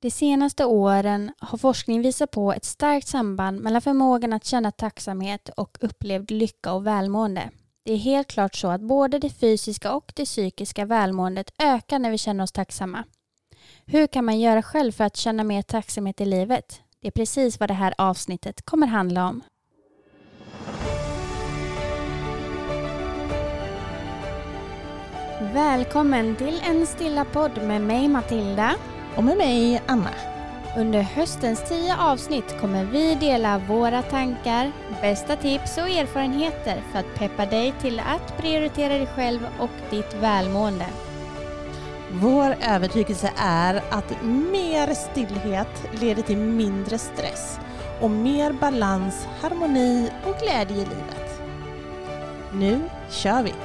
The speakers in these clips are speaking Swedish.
De senaste åren har forskning visat på ett starkt samband mellan förmågan att känna tacksamhet och upplevd lycka och välmående. Det är helt klart så att både det fysiska och det psykiska välmåendet ökar när vi känner oss tacksamma. Hur kan man göra själv för att känna mer tacksamhet i livet? Det är precis vad det här avsnittet kommer handla om. Välkommen till en stilla podd med mig Matilda. Och med mig Anna. Under höstens 10 avsnitt kommer vi dela våra tankar, bästa tips och erfarenheter för att peppa dig till att prioritera dig själv och ditt välmående. Vår övertygelse är att mer stillhet leder till mindre stress och mer balans, harmoni och glädje i livet. Nu kör vi!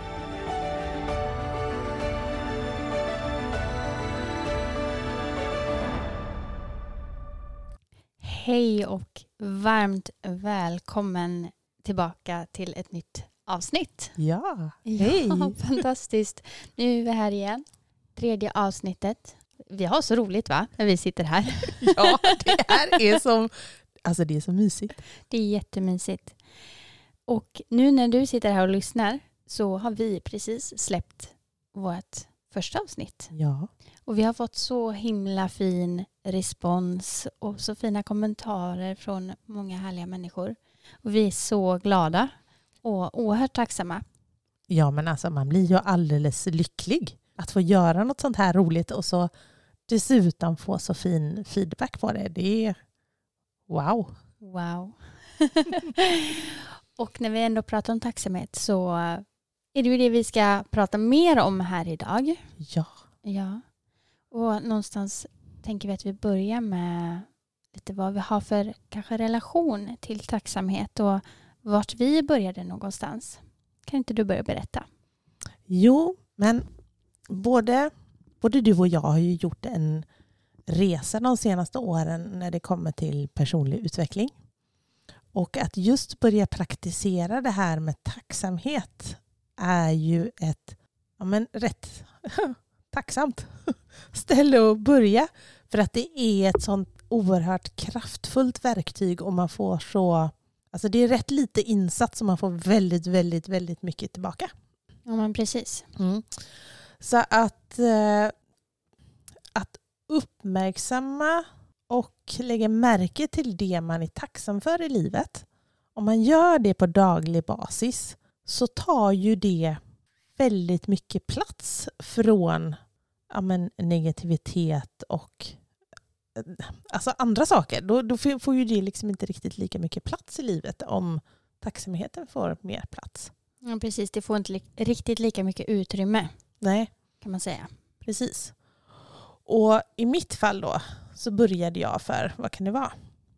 Hej och varmt välkommen tillbaka till ett nytt avsnitt. Ja, hej! Ja, fantastiskt. Nu är vi här igen. 3:e avsnittet. Vi har så roligt va? När vi sitter här. Ja, det här är som... Alltså det är så mysigt. Det är jättemysigt. Och nu när du sitter här och lyssnar så har vi precis släppt vårt första avsnitt. Ja. Och vi har fått så himla fin respons och så fina kommentarer från många härliga människor. Och vi är så glada och oerhört tacksamma. Ja, men alltså man blir ju alldeles lycklig att få göra något sånt här roligt och så dessutom få så fin feedback på det. Det är wow. Wow. Och när vi ändå pratar om tacksamhet så är det ju det vi ska prata mer om här idag. Ja. Ja. Och någonstans tänker vi att vi börjar med lite vad vi har för kanske relation till tacksamhet och vart vi började någonstans. Kan inte du börja berätta? Jo, men både du och jag har ju gjort en resa de senaste åren när det kommer till personlig utveckling. Och att just börja praktisera det här med tacksamhet är ju ett rätt tacksamt ställe att börja. För att det är ett sånt oerhört kraftfullt verktyg och man får så... Alltså det är rätt lite insats som man får väldigt, väldigt, väldigt mycket tillbaka. Ja, men precis. Mm. Så att uppmärksamma och lägga märke till det man är tacksam för i livet. Om man gör det på daglig basis så tar ju det väldigt mycket plats från negativitet och alltså andra saker. Då får ju det liksom inte riktigt lika mycket plats i livet om tacksamheten får mer plats. Ja, precis. Det får inte riktigt lika mycket utrymme. Nej. Kan man säga. Precis. Och i mitt fall då så började jag för, vad kan det vara?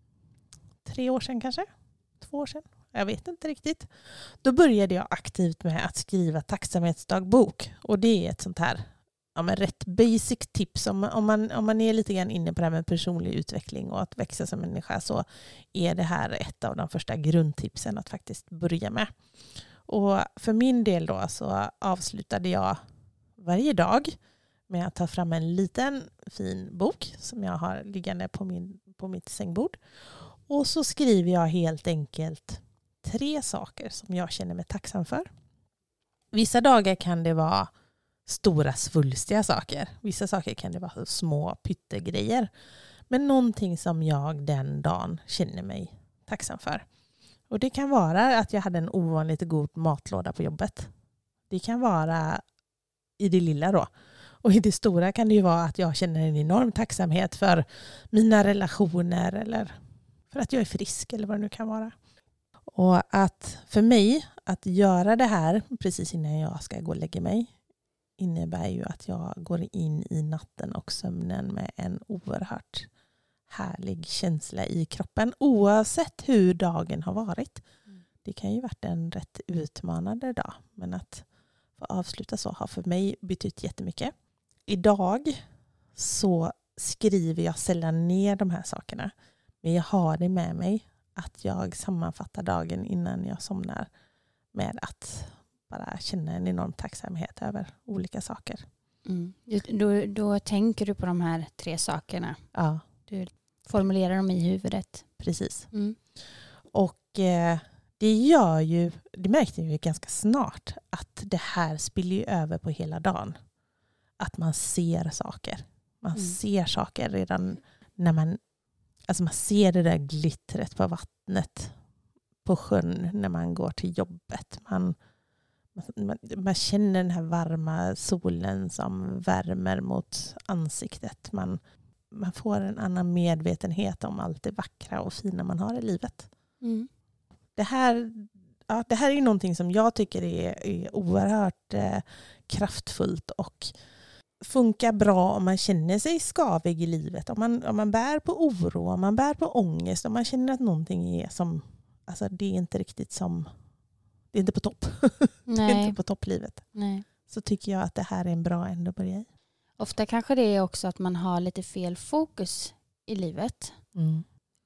3 år sedan kanske? 2 år sedan? Jag vet inte riktigt. Då började jag aktivt med att skriva tacksamhetsdagbok. Och det är ett sånt här rätt basic tips. Om man är lite grann inne på det här med personlig utveckling och att växa som människa så är det här ett av de första grundtipsen att faktiskt börja med. Och för min del då så avslutade jag varje dag med att ta fram en liten fin bok som jag har liggande på mitt sängbord. Och så skriver jag helt enkelt 3 saker som jag känner mig tacksam för. Vissa dagar kan det vara stora svulstiga saker. Vissa saker kan det vara små pyttegrejer. Men någonting som jag den dagen känner mig tacksam för. Och det kan vara att jag hade en ovanligt god matlåda på jobbet. Det kan vara i det lilla då. Och i det stora kan det ju vara att jag känner en enorm tacksamhet för mina relationer eller för att jag är frisk eller vad det nu kan vara. Och att för mig att göra det här precis innan jag ska gå och lägga mig innebär ju att jag går in i natten och sömnen med en oerhört härlig känsla i kroppen oavsett hur dagen har varit. Det kan ju varit en rätt utmanande dag, men att få avsluta så har för mig betytt jättemycket. Idag så skriver jag sällan ner de här sakerna, men jag har det med mig att jag sammanfattar dagen innan jag somnar med att bara känna en enorm tacksamhet över olika saker. Då tänker du på de här 3 sakerna. Ja. Du formulerar dem i huvudet. Precis. Mm. Och det märkte jag ju ganska snart att det här spiller ju över på hela dagen. Att man ser saker. Man ser saker redan när man ser det där glittret på vattnet på sjön när man går till jobbet. Man känner den här varma solen som värmer mot ansiktet. Man får en annan medvetenhet om allt det vackra och fina man har i livet. Mm. Det här är någonting som jag tycker är oerhört kraftfullt och funkar bra om man känner sig skavig i livet. Om man bär på oro, om man bär på ångest, om man känner att någonting är som, alltså det är inte riktigt som, det är inte på topp. Det är inte på topplivet. Nej. Så tycker jag att det här är en bra ände att börja i. Ofta kanske det är också att man har lite fel fokus i livet. Mm.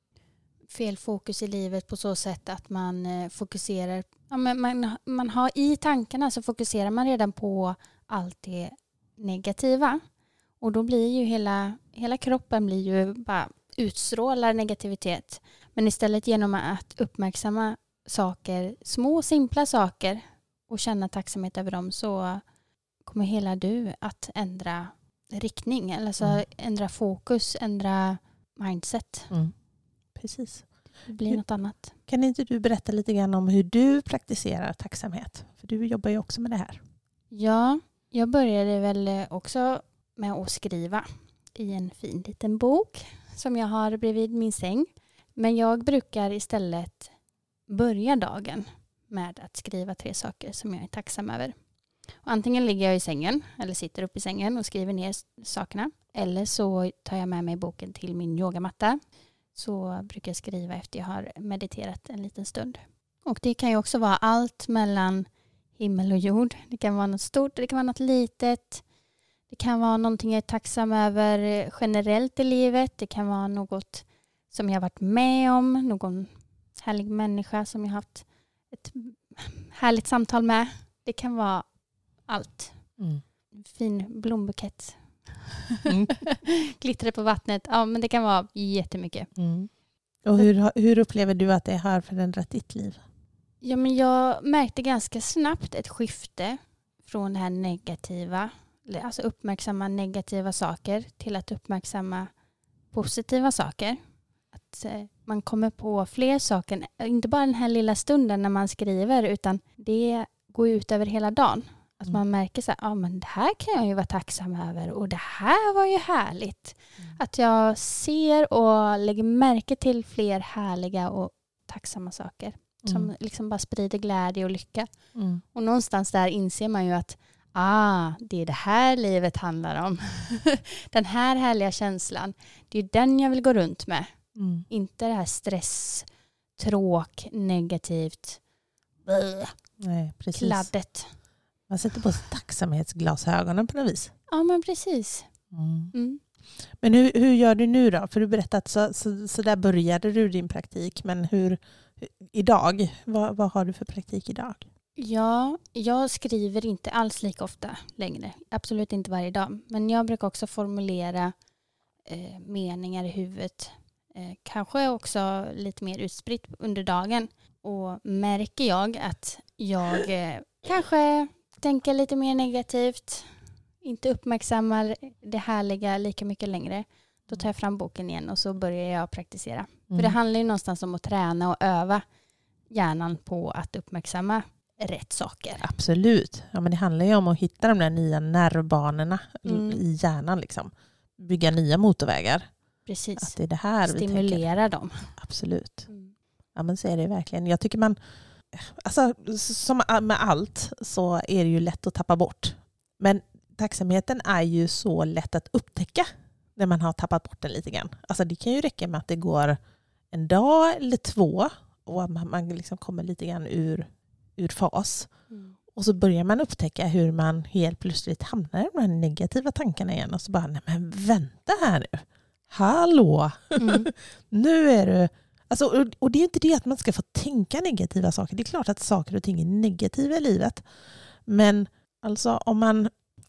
Fel fokus i livet på så sätt att man fokuserar, man har i tankarna så fokuserar man redan på allt det negativa. Och då blir ju hela kroppen blir ju bara utstrålar negativitet. Men istället genom att uppmärksamma saker, små simpla saker och känna tacksamhet över dem så kommer hela du att ändra riktning. Eller så ändra fokus, ändra mindset. Mm. Precis. Det blir något annat. Kan inte du berätta lite grann om hur du praktiserar tacksamhet? För du jobbar ju också med det här. Ja, jag började väl också med att skriva i en fin liten bok som jag har bredvid min säng. Men jag brukar istället börja dagen med att skriva 3 saker som jag är tacksam över. Och antingen ligger jag i sängen eller sitter upp i sängen och skriver ner sakerna. Eller så tar jag med mig boken till min yogamatta. Så brukar jag skriva efter jag har mediterat en liten stund. Och det kan ju också vara allt mellan himmel och jord. Det kan vara något stort, det kan vara något litet. Det kan vara någonting jag är tacksam över generellt i livet. Det kan vara något som jag har varit med om. Någon härlig människa som jag har haft ett härligt samtal med. Det kan vara allt. Fin blombukett. Glittrar på vattnet. Ja, men det kan vara jättemycket. Och hur upplever du att det har förändrat ditt liv? Ja, men jag märkte ganska snabbt ett skifte från det här negativa, alltså uppmärksamma negativa saker till att uppmärksamma positiva saker. Att man kommer på fler saker, inte bara den här lilla stunden när man skriver, utan det går ut över hela dagen. Att man märker så här, men det här kan jag ju vara tacksam över och det här var ju härligt. Att jag ser och lägger märke till fler härliga och tacksamma saker. Som liksom bara sprider glädje och lycka. Och någonstans där inser man ju att det är det här livet handlar om. Den här härliga känslan. Det är den jag vill gå runt med. Inte det här stress, tråk, negativt, Nej, precis. kladdet. Man sätter på sig tacksamhetsglasögonen på något vis. Ja, men precis. Men hur gör du nu då? För du berättade att så där började du din praktik. Men hur idag? Vad har du för praktik idag? Ja, jag skriver inte alls lika ofta längre. Absolut inte varje dag. Men jag brukar också formulera meningar i huvudet. Kanske också lite mer utspritt under dagen. Och märker jag att jag kanske tänker lite mer negativt, inte uppmärksammar det härliga lika mycket längre, då tar jag fram boken igen och så börjar jag praktisera. För det handlar ju någonstans om att träna och öva hjärnan på att uppmärksamma rätt saker. Absolut. Ja, men det handlar ju om att hitta de där nya nervbanorna i hjärnan. Liksom. Bygga nya motorvägar. Precis. Att det är det här stimulera dem. Absolut. Ja, men så är det verkligen. Jag tycker man, alltså som med allt så är det ju lätt att tappa bort. Men tacksamheten är ju så lätt att upptäcka när man har tappat bort den lite grann. Alltså det kan ju räcka med att det går en dag eller 2 och man liksom kommer lite grann ur fas. Och så börjar man upptäcka hur man helt plötsligt hamnar i de här negativa tankarna igen. Och så bara, nej men vänta här nu. Hallå! Nu är du... Alltså, och det är inte det att man ska få tänka negativa saker. Det är klart att saker och ting är negativa i livet. Men alltså om man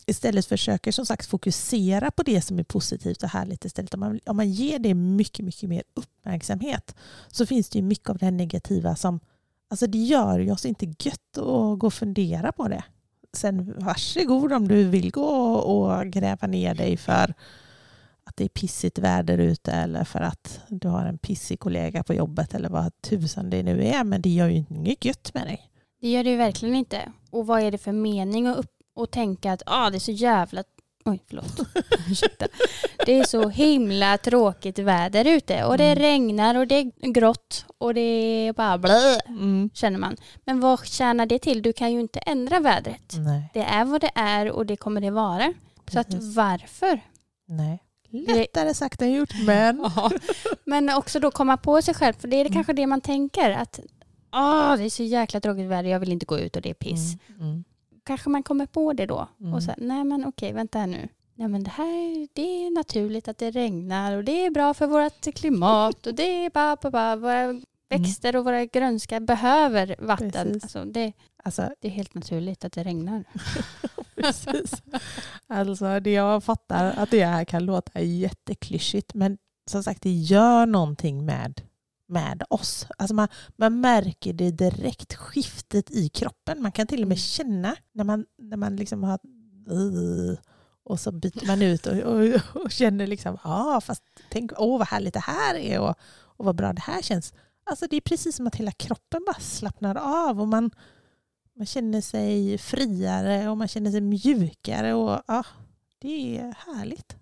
istället försöker som sagt fokusera på det som är positivt och härligt istället. Om man ger det mycket, mycket mer uppmärksamhet så finns det ju mycket av det här negativa som, alltså det gör ju oss inte gött att gå och fundera på det. Sen varsågod om du vill gå och gräva ner dig för att det är pissigt väder ute eller för att du har en pissig kollega på jobbet eller vad tusan det nu är. Men det gör ju inget gött med dig. Det gör det ju verkligen inte. Och vad är det för mening att tänka att det är så jävla... Oj, förlåt. Ursäkta. Det är så himla tråkigt väder ute. Och det regnar och det är grått. Och det är bara blö, känner man. Men vad tjänar det till? Du kan ju inte ändra vädret. Nej. Det är vad det är och det kommer det vara. Så att varför? Nej. Lättare sagt än gjort, men... Men också då komma på sig själv. För det är kanske det man tänker. Att det är så jäkla tråkigt väder. Jag vill inte gå ut och det är piss. Kanske man kommer på det då. Och så, nej men okej, vänta här nu. Nej men det är naturligt att det regnar. Och det är bra för vårt klimat. Och det är bara våra växter och våra grönska behöver vatten. Alltså, det är helt naturligt att det regnar. Precis. Alltså det jag fattar att det här kan låta jätteklyschigt, men som sagt det gör någonting med oss. Alltså man märker det direkt, skiftet i kroppen. Man kan till och med känna när man liksom har och så byter man ut och känner liksom fast tänk vad härligt det här är och vad bra det här känns. Alltså det är precis som att hela kroppen bara slappnar av och man känner sig friare och man känner sig mjukare och det är härligt.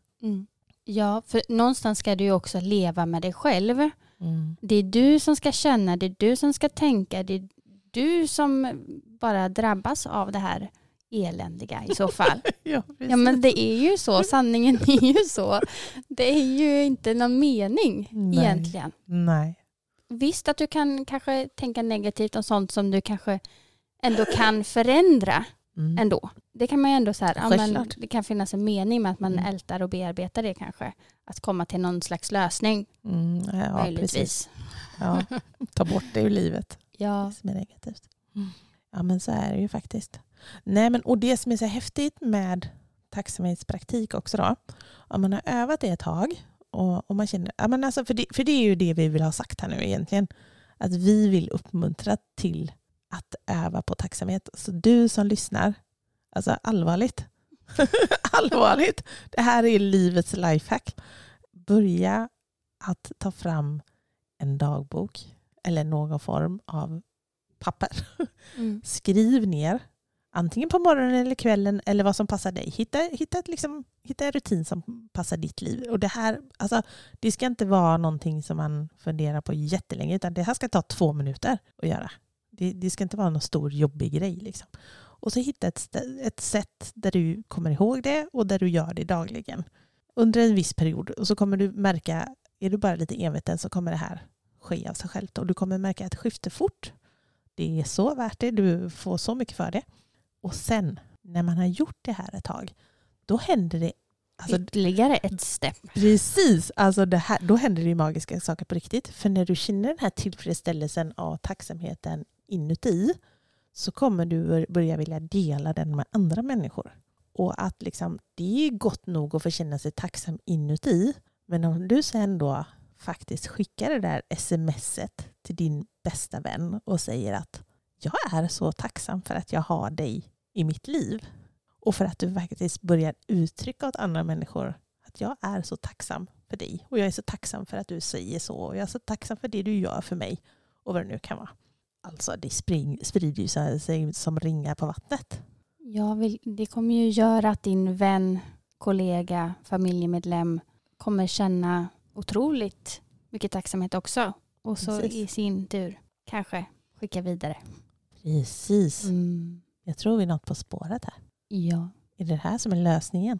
Ja, för någonstans ska du ju också leva med dig själv. Det är du som ska känna, det är du som ska tänka, det är du som bara drabbas av det här eländiga i så fall. Ja, men det är ju så, sanningen är ju så. Det är ju inte någon mening egentligen. Nej. Visst att du kan kanske tänka negativt om sånt som du kanske ändå kan förändra ändå. Det kan man ju ändå så här, men det kan finnas en mening med att man ältar och bearbetar det kanske. Att komma till någon slags lösning. Möjligtvis. Ja, ta bort det ur livet. Ja. Det som är negativt. Ja, men så är det ju faktiskt. Nej, men och det som är så häftigt med tacksamhetspraktik också då. Om man har övat det ett tag och man känner, ja, men alltså för det är ju det vi vill ha sagt här nu egentligen. Att vi vill uppmuntra till att öva på tacksamhet. Så du som lyssnar, alltså allvarligt. Allvarligt. Det här är livets lifehack. Börja att ta fram en dagbok eller någon form av papper. Skriv ner antingen på morgonen eller kvällen eller vad som passar dig. Hitta en rutin som passar ditt liv. Och det här, alltså, det ska inte vara någonting som man funderar på jättelänge, utan det här ska ta 2 minuter att göra. Det ska inte vara någon stor jobbig grej liksom. Och så hitta ett sätt där du kommer ihåg det och där du gör det dagligen. Under en viss period. Och så kommer du märka, är du bara lite enveten så kommer det här ske av sig självt. Och du kommer märka att det skiftar fort. Det är så värt det. Du får så mycket för det. Och sen, när man har gjort det här ett tag, då händer det... Alltså, ytterligare ett steg. Precis. Alltså då händer det ju magiska saker på riktigt. För när du känner den här tillfredsställelsen och tacksamheten inuti så kommer du börja vilja dela den med andra människor. Och att liksom, det är gott nog att få känna sig tacksam inuti. Men om du sen då faktiskt skickar det där smset till din bästa vän och säger att jag är så tacksam för att jag har dig i mitt liv. Och för att du faktiskt börjar uttrycka åt andra människor att jag är så tacksam för dig. Och jag är så tacksam för att du säger så. Och jag är så tacksam för det du gör för mig. Och vad det nu kan vara. Alltså det sprider ju sig som ringar på vattnet. Ja, det kommer ju göra att din vän, kollega, familjemedlem kommer känna otroligt mycket tacksamhet också. Och så Precis. i sin tur kanske skicka vidare. Precis. Jag tror vi är något på spåret här. Ja. Är det här som är lösningen?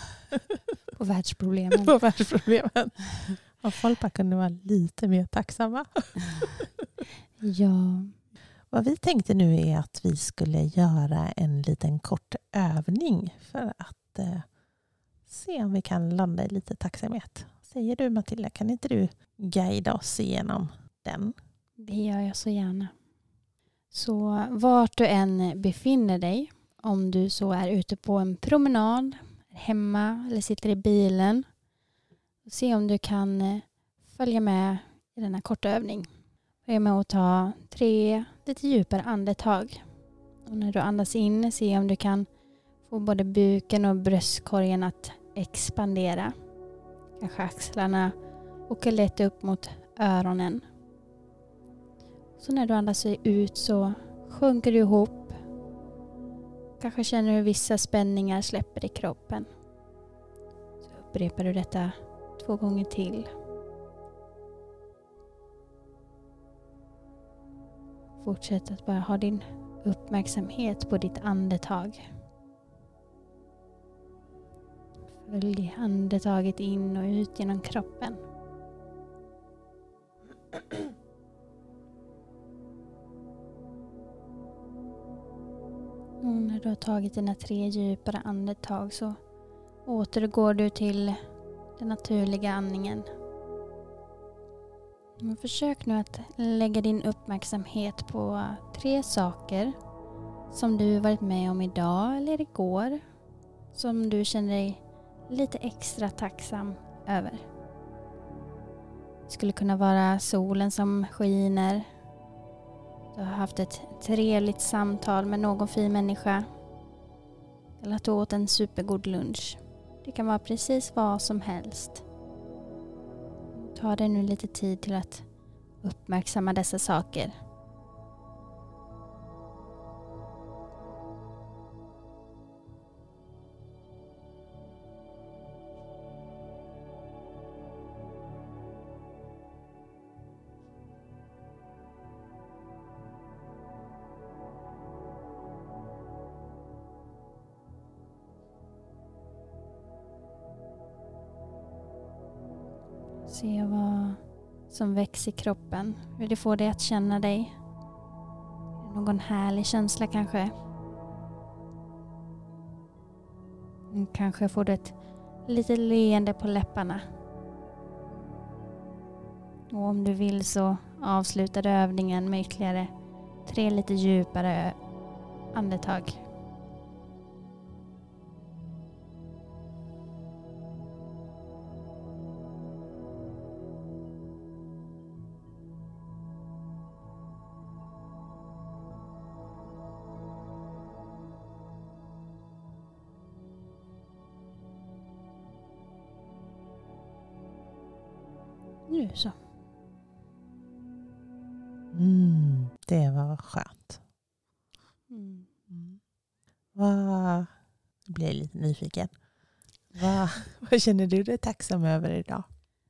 På världsproblemen. På världsproblemen. Om folk bara kunde vara lite mer tacksamma. Ja. Vad vi tänkte nu är att vi skulle göra en liten kort övning för att se om vi kan landa i lite tacksamhet. Säger du, Matilda, kan inte du guida oss igenom den? Det gör jag så gärna. Så vart du än befinner dig, om du så är ute på en promenad, hemma eller sitter i bilen. Se om du kan följa med i denna korta övning. Börja med att ta 3 lite djupare andetag. Och när du andas in, se om du kan få både buken och bröstkorgen att expandera. Kanske axlarna åker lätt upp mot öronen. Så när du andas ut så sjunker du ihop. Kanske känner du hur vissa spänningar släpper i kroppen. Så upprepar du detta 2 gånger till. Fortsätt att bara ha din uppmärksamhet på ditt andetag. Följ andetaget in och ut genom kroppen. Och när du har tagit dina 3 djupare andetag så återgår du till den naturliga andningen. Men försök nu att lägga din uppmärksamhet på 3 saker som du varit med om idag eller igår som du känner dig lite extra tacksam över. Det skulle kunna vara solen som skiner. Du har haft ett trevligt samtal med någon fin människa. Eller att du åt en supergod lunch. Det kan vara precis vad som helst. Ta dig nu lite tid till att uppmärksamma dessa saker. Se vad som växer i kroppen. Hur det får dig att känna dig. Någon härlig känsla kanske. Kanske får du ett litet leende på läpparna. Och om du vill så avslutar du övningen med ytterligare 3 lite djupare andetag. Nu så. Det var skönt. Jag blir lite nyfiken. Vad känner du dig tacksam över idag?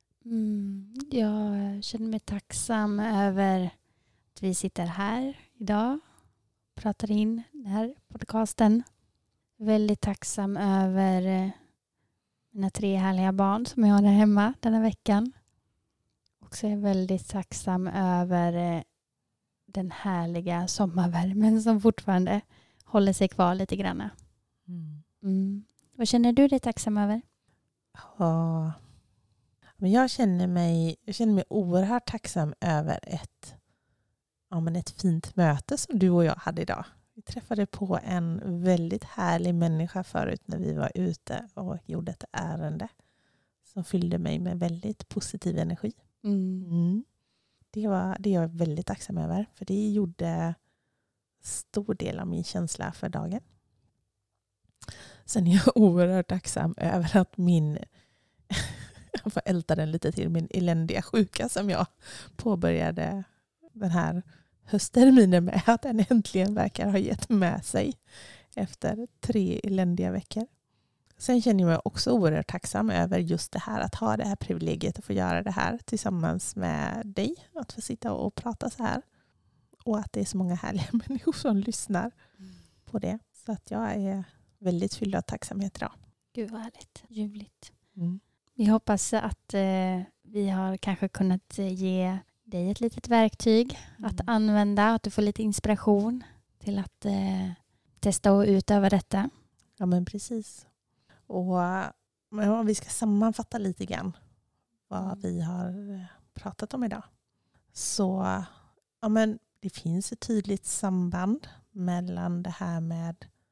Jag känner mig tacksam över att vi sitter här idag och pratar in den här podcasten. Väldigt tacksam över mina 3 härliga barn som jag har där hemma denna veckan. Och så är jag väldigt tacksam över den härliga sommarvärmen som fortfarande håller sig kvar lite grann. Vad känner du dig tacksam över? Ja, men jag känner mig oerhört tacksam över ett fint möte som du och jag hade idag. Vi träffade på en väldigt härlig människa förut när vi var ute och gjorde ett ärende som fyllde mig med väldigt positiv energi. Det är jag väldigt tacksam över, för det gjorde stor del av min känsla för dagen. Sen är jag oerhört tacksam över att jag får älta den lite till, min eländiga sjuka som jag påbörjade den här höstterminen med, att den äntligen verkar ha gett med sig efter 3 eländiga veckor. Sen känner jag mig också oerhört tacksam över just det här, att ha det här privilegiet att få göra det här tillsammans med dig. Att få sitta och prata så här. Och att det är så många härliga människor som lyssnar på det. Så att jag är väldigt fylld av tacksamhet idag. Gud vad härligt, ljuvligt. Vi hoppas att vi har kanske kunnat ge dig ett litet verktyg att använda. Att du får lite inspiration till att testa och utöva detta. Ja, men precis. Och om vi ska sammanfatta lite grann vad vi har pratat om idag. Så det finns ett tydligt samband mellan det här med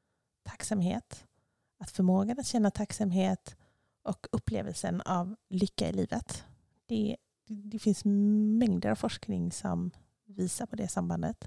tacksamhet, att förmågan att känna tacksamhet och upplevelsen av lycka i livet. Det finns mängder av forskning som visar på det sambandet.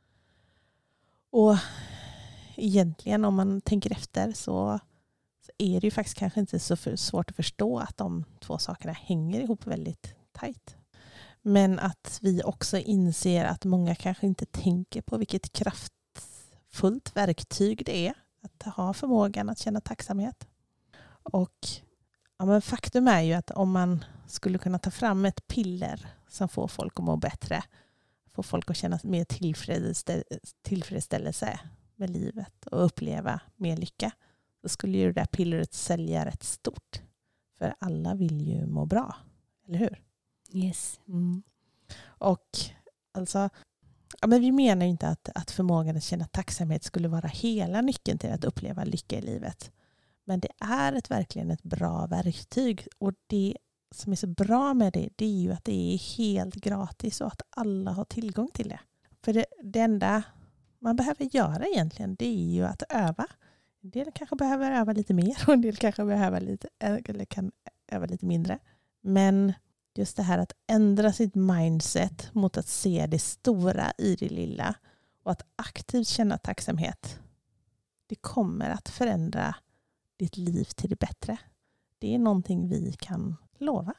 Och egentligen om man tänker efter så är det ju faktiskt kanske inte så svårt att förstå att de två sakerna hänger ihop väldigt tajt. Men att vi också inser att många kanske inte tänker på vilket kraftfullt verktyg det är att ha förmågan att känna tacksamhet. Och men faktum är ju att om man skulle kunna ta fram ett piller som får folk att må bättre, får folk att känna mer tillfredsställelse med livet och uppleva mer lycka, så skulle ju det där pillret sälja rätt stort. För alla vill ju må bra, eller hur? Yes. Och alltså, men vi menar ju inte att förmågan att känna tacksamhet skulle vara hela nyckeln till att uppleva lycka i livet. Men det är verkligen ett bra verktyg. Och det som är så bra med det är ju att det är helt gratis och att alla har tillgång till det. För det enda man behöver göra egentligen, det är ju att öva. En del kanske behöver öva lite mer och en del kanske kan öva lite mindre. Men just det här att ändra sitt mindset mot att se det stora i det lilla och att aktivt känna tacksamhet, det kommer att förändra ditt liv till det bättre. Det är någonting vi kan lova.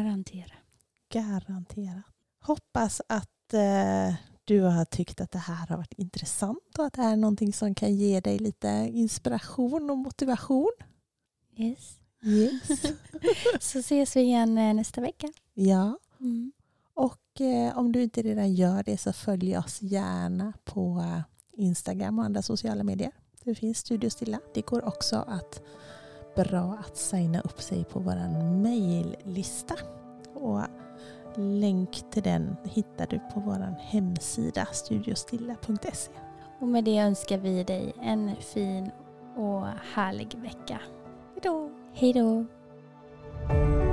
Garantera. Hoppas att du har tyckt att det här har varit intressant och att det är någonting som kan ge dig lite inspiration och motivation. Yes. Yes. Så ses vi igen nästa vecka. Ja. Och om du inte redan gör det så följ oss gärna på Instagram och andra sociala medier. Det finns Studio Stilla. Det går också bra att signa upp sig på vår mejllista. Och länk till den hittar du på vår hemsida studiostilla.se. Och med det önskar vi dig en fin och härlig vecka. Hej då! Hej då!